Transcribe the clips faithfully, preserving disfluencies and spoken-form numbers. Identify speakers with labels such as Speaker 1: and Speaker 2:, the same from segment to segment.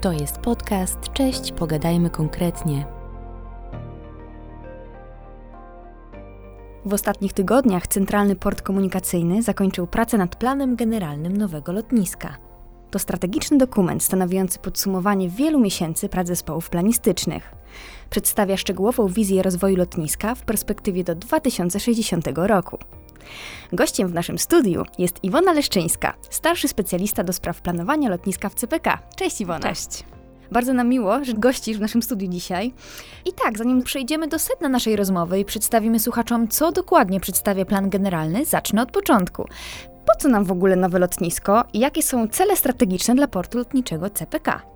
Speaker 1: To jest podcast Cześć, pogadajmy konkretnie.
Speaker 2: W ostatnich tygodniach Centralny Port Komunikacyjny zakończył pracę nad planem generalnym nowego lotniska. To strategiczny dokument stanowiący podsumowanie wielu miesięcy prac zespołów planistycznych. Przedstawia szczegółową wizję rozwoju lotniska w perspektywie do dwa tysiące sześćdziesiątego roku. Gościem w naszym studiu jest Iwona Leszczyńska, starszy specjalista do spraw planowania lotniska w C P K. Cześć Iwona. Cześć. Bardzo nam miło, że gościsz w naszym studiu dzisiaj. I tak, zanim przejdziemy do sedna naszej rozmowy i przedstawimy słuchaczom, co dokładnie przedstawia plan generalny, zacznę od początku. Po co nam w ogóle nowe lotnisko i jakie są cele strategiczne dla portu lotniczego C P K?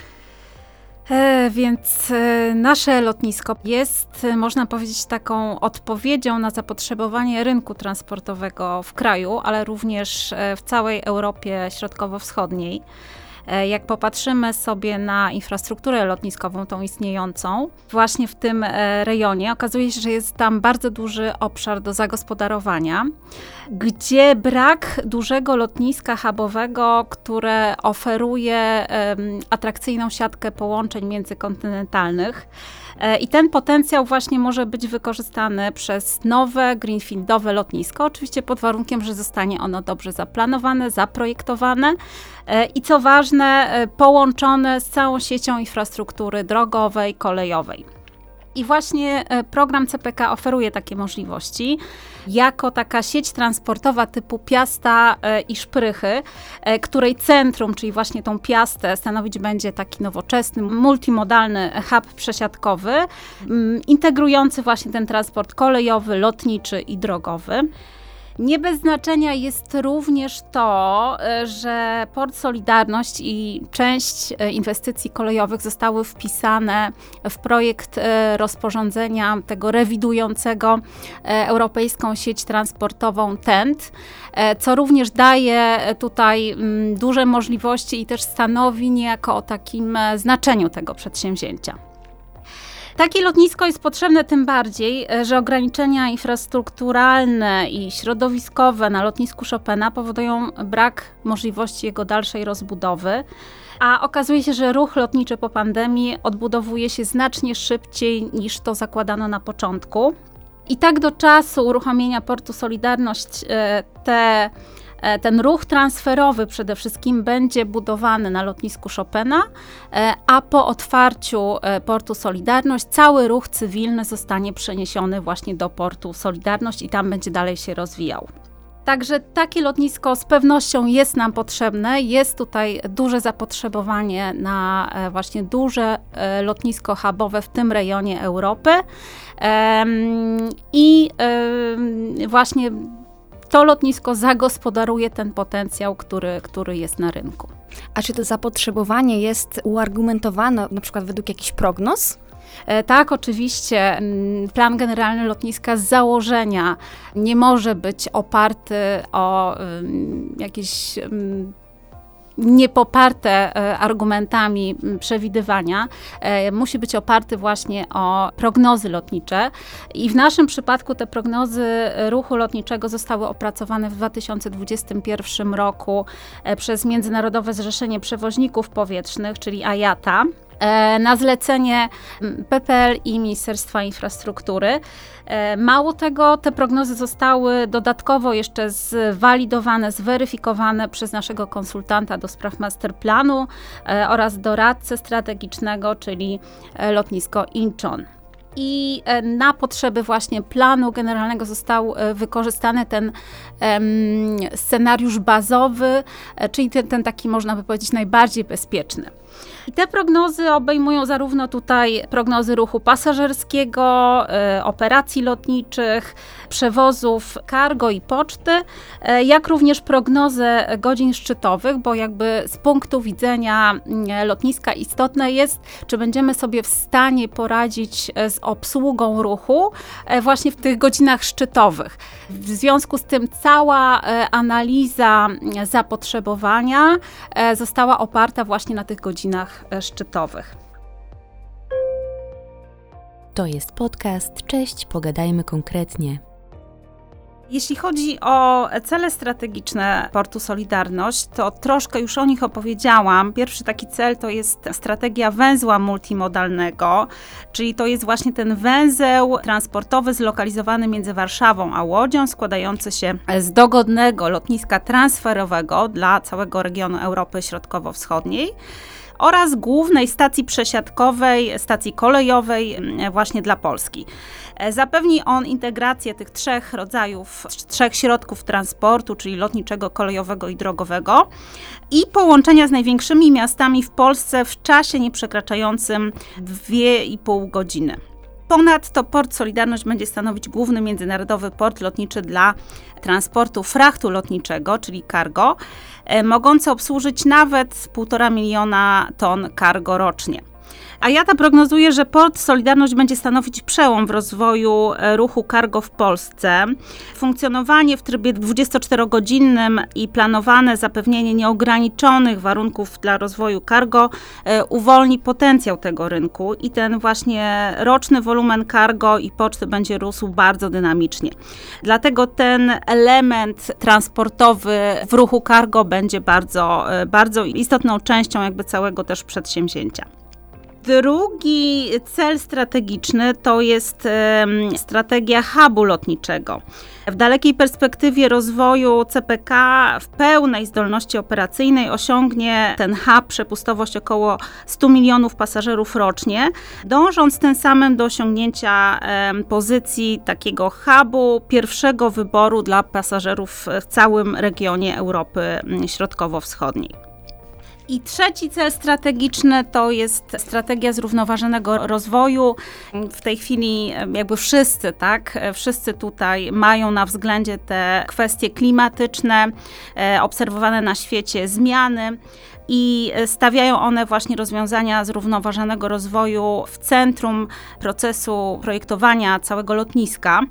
Speaker 3: E, więc e, nasze lotnisko jest, można powiedzieć, taką odpowiedzią na zapotrzebowanie rynku transportowego w kraju, ale również e, w całej Europie Środkowo-Wschodniej. Jak popatrzymy sobie na infrastrukturę lotniskową, tą istniejącą, właśnie w tym rejonie, okazuje się, że jest tam bardzo duży obszar do zagospodarowania, gdzie brak dużego lotniska hubowego, które oferuje um, atrakcyjną siatkę połączeń międzykontynentalnych. I ten potencjał właśnie może być wykorzystany przez nowe, greenfieldowe lotnisko, oczywiście pod warunkiem, że zostanie ono dobrze zaplanowane, zaprojektowane i co ważne, połączone z całą siecią infrastruktury drogowej, kolejowej. I właśnie program C P K oferuje takie możliwości, jako taka sieć transportowa typu Piasta i Szprychy, której centrum, czyli właśnie tą Piastę, stanowić będzie taki nowoczesny, multimodalny hub przesiadkowy, integrujący właśnie ten transport kolejowy, lotniczy i drogowy. Nie bez znaczenia jest również to, że Port Solidarność i część inwestycji kolejowych zostały wpisane w projekt rozporządzenia tego rewidującego europejską sieć transportową T E N T, co również daje tutaj duże możliwości i też stanowi niejako o takim znaczeniu tego przedsięwzięcia. Takie lotnisko jest potrzebne tym bardziej, że ograniczenia infrastrukturalne i środowiskowe na lotnisku Chopina powodują brak możliwości jego dalszej rozbudowy, a okazuje się, że ruch lotniczy po pandemii odbudowuje się znacznie szybciej niż to zakładano na początku. I tak do czasu uruchomienia Portu Solidarność te Ten ruch transferowy przede wszystkim będzie budowany na lotnisku Chopina, a po otwarciu Portu Solidarność cały ruch cywilny zostanie przeniesiony właśnie do Portu Solidarność i tam będzie dalej się rozwijał. Także takie lotnisko z pewnością jest nam potrzebne. Jest tutaj duże zapotrzebowanie na właśnie duże lotnisko hubowe w tym rejonie Europy. I właśnie to lotnisko zagospodaruje ten potencjał, który, który jest na rynku.
Speaker 2: A czy to zapotrzebowanie jest uargumentowane na przykład według jakichś prognoz?
Speaker 3: E, tak, oczywiście. Plan generalny lotniska z założenia nie może być oparty o um, jakieś um, niepoparte argumentami przewidywania, musi być oparty właśnie o prognozy lotnicze. I w naszym przypadku te prognozy ruchu lotniczego zostały opracowane w dwa tysiące dwudziestym pierwszym roku przez Międzynarodowe Zrzeszenie Przewoźników Powietrznych, czyli I A T A. Na zlecenie P P L i Ministerstwa Infrastruktury. Mało tego, te prognozy zostały dodatkowo jeszcze zwalidowane, zweryfikowane przez naszego konsultanta do spraw masterplanu oraz doradcę strategicznego, czyli lotnisko Incheon. I na potrzeby właśnie planu generalnego został wykorzystany ten um, scenariusz bazowy, czyli ten, ten taki, można by powiedzieć, najbardziej bezpieczny. I te prognozy obejmują zarówno tutaj prognozy ruchu pasażerskiego, y, operacji lotniczych, przewozów cargo i poczty, y, jak również prognozę godzin szczytowych, bo jakby z punktu widzenia y, lotniska istotne jest, czy będziemy sobie w stanie poradzić z obsługą ruchu y, właśnie w tych godzinach szczytowych. W związku z tym cała y, analiza y, zapotrzebowania y, została oparta właśnie na tych godzinach szczytowych.
Speaker 1: To jest podcast Cześć, pogadajmy konkretnie.
Speaker 3: Jeśli chodzi o cele strategiczne Portu Solidarność, to troszkę już o nich opowiedziałam. Pierwszy taki cel to jest strategia węzła multimodalnego, czyli to jest właśnie ten węzeł transportowy zlokalizowany między Warszawą a Łodzią, składający się z dogodnego lotniska transferowego dla całego regionu Europy Środkowo-Wschodniej oraz głównej stacji przesiadkowej, stacji kolejowej właśnie dla Polski. Zapewni on integrację tych trzech rodzajów, trzech środków transportu, czyli lotniczego, kolejowego i drogowego i połączenia z największymi miastami w Polsce w czasie nieprzekraczającym dwie i pół godziny. Ponadto Port Solidarność będzie stanowić główny międzynarodowy port lotniczy dla transportu frachtu lotniczego, czyli cargo, mogący obsłużyć nawet półtora miliona ton cargo rocznie. A ja ta prognozuję, że Port Solidarność będzie stanowić przełom w rozwoju ruchu cargo w Polsce. Funkcjonowanie w trybie dwudziestoczterogodzinnym i planowane zapewnienie nieograniczonych warunków dla rozwoju cargo uwolni potencjał tego rynku i ten właśnie roczny wolumen cargo i poczty będzie rósł bardzo dynamicznie. Dlatego ten element transportowy w ruchu cargo będzie bardzo, bardzo istotną częścią jakby całego też przedsięwzięcia. Drugi cel strategiczny to jest um, strategia hubu lotniczego. W dalekiej perspektywie rozwoju C P K w pełnej zdolności operacyjnej osiągnie ten hub przepustowość około stu milionów pasażerów rocznie, dążąc tym samym do osiągnięcia um, pozycji takiego hubu pierwszego wyboru dla pasażerów w całym regionie Europy Środkowo-Wschodniej. I trzeci cel strategiczny to jest strategia zrównoważonego rozwoju. W tej chwili jakby wszyscy, tak, wszyscy tutaj mają na względzie te kwestie klimatyczne, obserwowane na świecie zmiany i stawiają one właśnie rozwiązania zrównoważonego rozwoju w centrum procesu projektowania całego lotniska.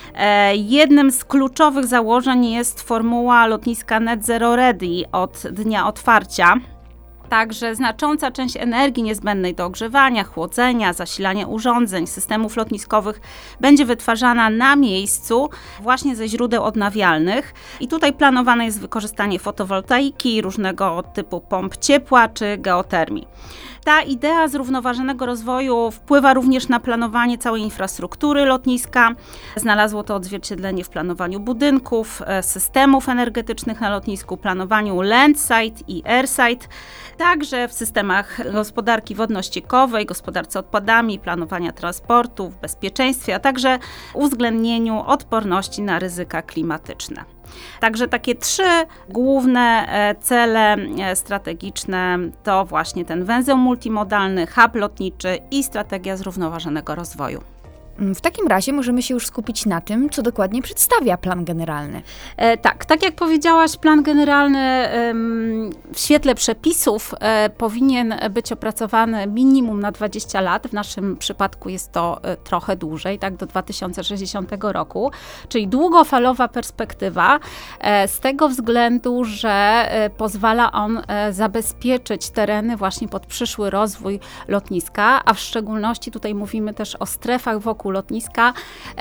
Speaker 3: Jednym z kluczowych założeń jest formuła lotniska Net Zero Ready od dnia otwarcia. Także znacząca część energii niezbędnej do ogrzewania, chłodzenia, zasilania urządzeń, systemów lotniskowych będzie wytwarzana na miejscu właśnie ze źródeł odnawialnych. I tutaj planowane jest wykorzystanie fotowoltaiki, różnego typu pomp ciepła czy geotermii. Ta idea zrównoważonego rozwoju wpływa również na planowanie całej infrastruktury lotniska. Znalazło to odzwierciedlenie w planowaniu budynków, systemów energetycznych na lotnisku, planowaniu landside i airside, także w systemach gospodarki wodno-ściekowej, gospodarce odpadami, planowania transportu, w bezpieczeństwie, a także uwzględnieniu odporności na ryzyka klimatyczne. Także takie trzy główne cele strategiczne to właśnie ten węzeł multimodalny, hub lotniczy i strategia zrównoważonego rozwoju.
Speaker 2: W takim razie możemy się już skupić na tym, co dokładnie przedstawia plan generalny.
Speaker 3: E, tak, tak jak powiedziałaś, plan generalny em, w świetle przepisów e, powinien być opracowany minimum na dwadzieścia lat. W naszym przypadku jest to e, trochę dłużej, tak do dwa tysiące sześćdziesiątego roku, czyli długofalowa perspektywa e, z tego względu, że e, pozwala on e, zabezpieczyć tereny właśnie pod przyszły rozwój lotniska, a w szczególności tutaj mówimy też o strefach wokół lotniska,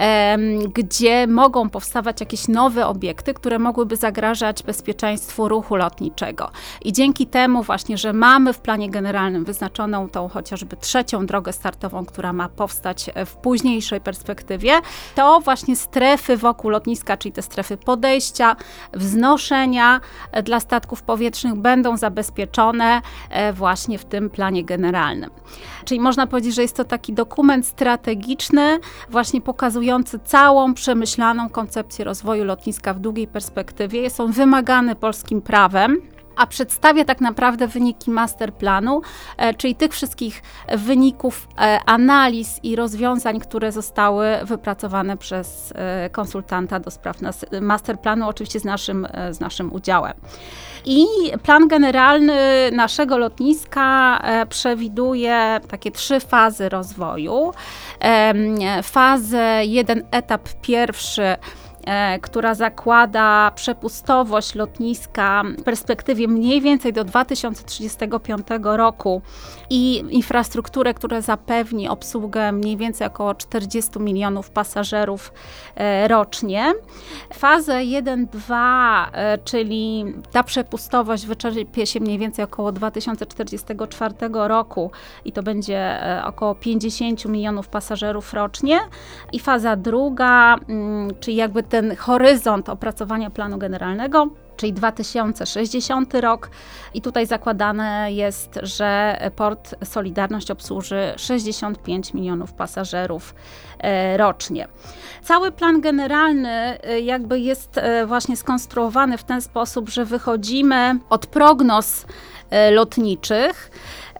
Speaker 3: gdzie mogą powstawać jakieś nowe obiekty, które mogłyby zagrażać bezpieczeństwu ruchu lotniczego. I dzięki temu właśnie, że mamy w planie generalnym wyznaczoną tą chociażby trzecią drogę startową, która ma powstać w późniejszej perspektywie, to właśnie strefy wokół lotniska, czyli te strefy podejścia, wznoszenia dla statków powietrznych będą zabezpieczone właśnie w tym planie generalnym. Czyli można powiedzieć, że jest to taki dokument strategiczny, właśnie pokazujący całą przemyślaną koncepcję rozwoju lotniska w długiej perspektywie. Jest on wymagany polskim prawem, a przedstawia tak naprawdę wyniki masterplanu, e, czyli tych wszystkich wyników e, analiz i rozwiązań, które zostały wypracowane przez e, konsultanta do spraw nas- masterplanu, oczywiście z naszym, e, z naszym udziałem. I plan generalny naszego lotniska e, przewiduje takie trzy fazy rozwoju. E, fazę, jeden etap pierwszy e, która zakłada przepustowość lotniska w perspektywie mniej więcej do dwa tysiące trzydziestego piątego roku i infrastrukturę, która zapewni obsługę mniej więcej około czterdziestu milionów pasażerów e, rocznie. Fazę jeden dwa, e, czyli ta przepustowość wyczerpie się mniej więcej około dwa tysiące czterdziestego czwartego roku i to będzie e, około pięćdziesięciu milionów pasażerów rocznie. I faza druga, mm, czyli jakby ten horyzont opracowania planu generalnego, czyli dwa tysiące sześćdziesiąty rok i tutaj zakładane jest, że port Solidarność obsłuży sześćdziesiąt pięć milionów pasażerów e, rocznie. Cały plan generalny e, jakby jest e, właśnie skonstruowany w ten sposób, że wychodzimy od prognoz e, lotniczych.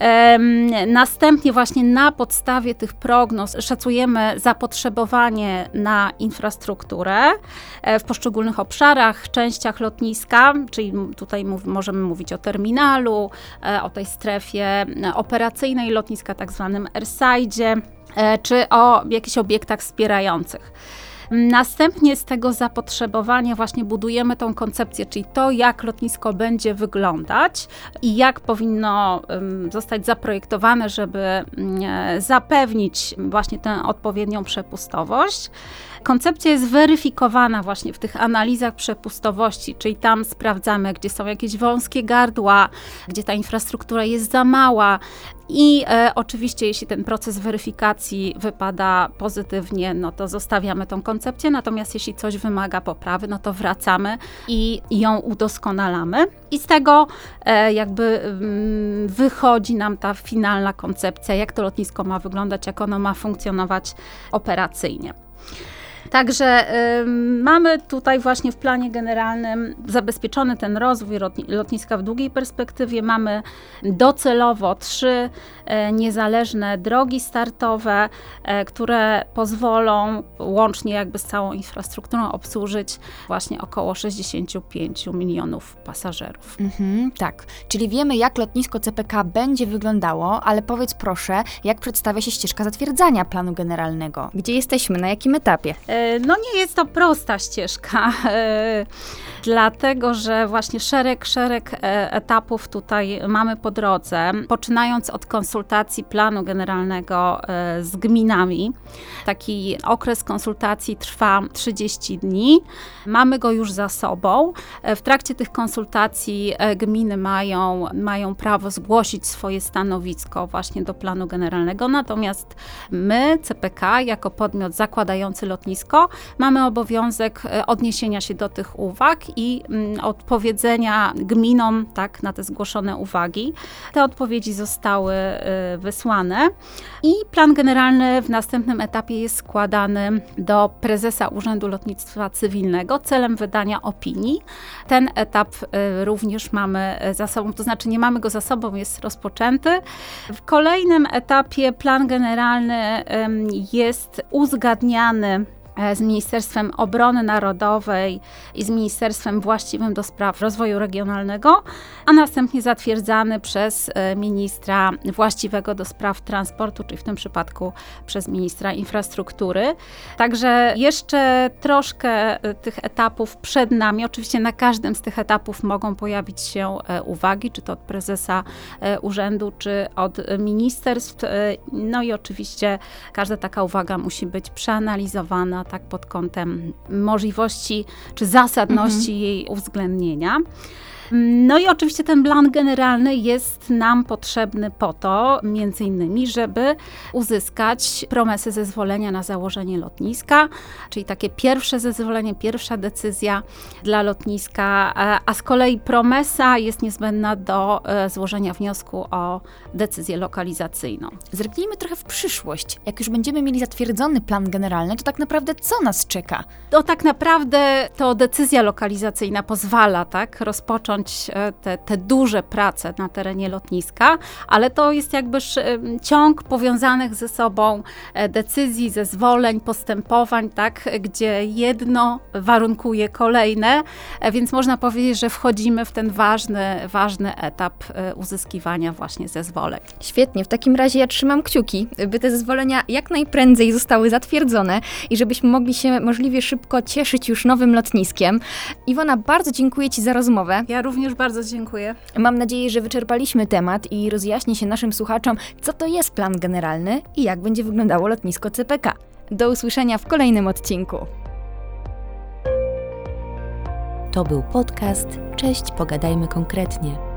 Speaker 3: Następnie właśnie na podstawie tych prognoz szacujemy zapotrzebowanie na infrastrukturę w poszczególnych obszarach, częściach lotniska, czyli tutaj mów, możemy mówić o terminalu, o tej strefie operacyjnej lotniska, tak zwanym airside, czy o jakichś obiektach wspierających. Następnie z tego zapotrzebowania właśnie budujemy tą koncepcję, czyli to, jak lotnisko będzie wyglądać i jak powinno um, zostać zaprojektowane, żeby um, zapewnić właśnie tę odpowiednią przepustowość. Koncepcja jest weryfikowana właśnie w tych analizach przepustowości, czyli tam sprawdzamy, gdzie są jakieś wąskie gardła, gdzie ta infrastruktura jest za mała. I e, oczywiście, jeśli ten proces weryfikacji wypada pozytywnie, no to zostawiamy tą koncepcję, natomiast jeśli coś wymaga poprawy, no to wracamy i ją udoskonalamy. I z tego e, jakby mm, wychodzi nam ta finalna koncepcja, jak to lotnisko ma wyglądać, jak ono ma funkcjonować operacyjnie. Także y, mamy tutaj właśnie w planie generalnym zabezpieczony ten rozwój lotniska w długiej perspektywie. Mamy docelowo trzy y, niezależne drogi startowe, y, które pozwolą łącznie jakby z całą infrastrukturą obsłużyć właśnie około sześćdziesięciu pięciu milionów pasażerów.
Speaker 2: Mhm, tak, czyli wiemy, jak lotnisko C P K będzie wyglądało, ale powiedz proszę, jak przedstawia się ścieżka zatwierdzania planu generalnego? Gdzie jesteśmy, na jakim etapie?
Speaker 3: No nie jest to prosta ścieżka, dlatego że właśnie szereg, szereg etapów tutaj mamy po drodze, poczynając od konsultacji planu generalnego z gminami. Taki okres konsultacji trwa trzydzieści dni. Mamy go już za sobą. W trakcie tych konsultacji gminy mają, mają prawo zgłosić swoje stanowisko właśnie do planu generalnego, natomiast my, C P K, jako podmiot zakładający lotnisko, mamy obowiązek odniesienia się do tych uwag i mm, odpowiedzenia gminom, tak, na te zgłoszone uwagi. Te odpowiedzi zostały y, wysłane i plan generalny w następnym etapie jest składany do prezesa Urzędu Lotnictwa Cywilnego celem wydania opinii. Ten etap y, również mamy za sobą, to znaczy nie mamy go za sobą, jest rozpoczęty. W kolejnym etapie plan generalny y, jest uzgadniany z Ministerstwem Obrony Narodowej i z Ministerstwem właściwym do spraw rozwoju regionalnego, a następnie zatwierdzany przez ministra właściwego do spraw transportu, czyli w tym przypadku przez ministra infrastruktury. Także jeszcze troszkę tych etapów przed nami. Oczywiście na każdym z tych etapów mogą pojawić się uwagi, czy to od prezesa urzędu, czy od ministerstw. No i oczywiście każda taka uwaga musi być przeanalizowana tak pod kątem możliwości czy zasadności mhm. jej uwzględnienia. No i oczywiście ten plan generalny jest nam potrzebny po to, między innymi, żeby uzyskać promesę zezwolenia na założenie lotniska, czyli takie pierwsze zezwolenie, pierwsza decyzja dla lotniska, a z kolei promesa jest niezbędna do złożenia wniosku o decyzję lokalizacyjną.
Speaker 2: Zerknijmy trochę w przyszłość. Jak już będziemy mieli zatwierdzony plan generalny, to tak naprawdę co nas czeka?
Speaker 3: To tak naprawdę to decyzja lokalizacyjna pozwala, tak, rozpocząć podjąć te, te duże prace na terenie lotniska, ale to jest jakby ciąg powiązanych ze sobą decyzji, zezwoleń, postępowań, tak, gdzie jedno warunkuje kolejne, więc można powiedzieć, że wchodzimy w ten ważny, ważny etap uzyskiwania właśnie zezwoleń.
Speaker 2: Świetnie, w takim razie ja trzymam kciuki, by te zezwolenia jak najprędzej zostały zatwierdzone i żebyśmy mogli się możliwie szybko cieszyć już nowym lotniskiem. Iwona, bardzo dziękuję Ci za rozmowę.
Speaker 3: Ja również bardzo dziękuję.
Speaker 2: Mam nadzieję, że wyczerpaliśmy temat i rozjaśni się naszym słuchaczom, co to jest plan generalny i jak będzie wyglądało lotnisko C P K. Do usłyszenia w kolejnym odcinku.
Speaker 1: To był podcast Cześć, pogadajmy konkretnie.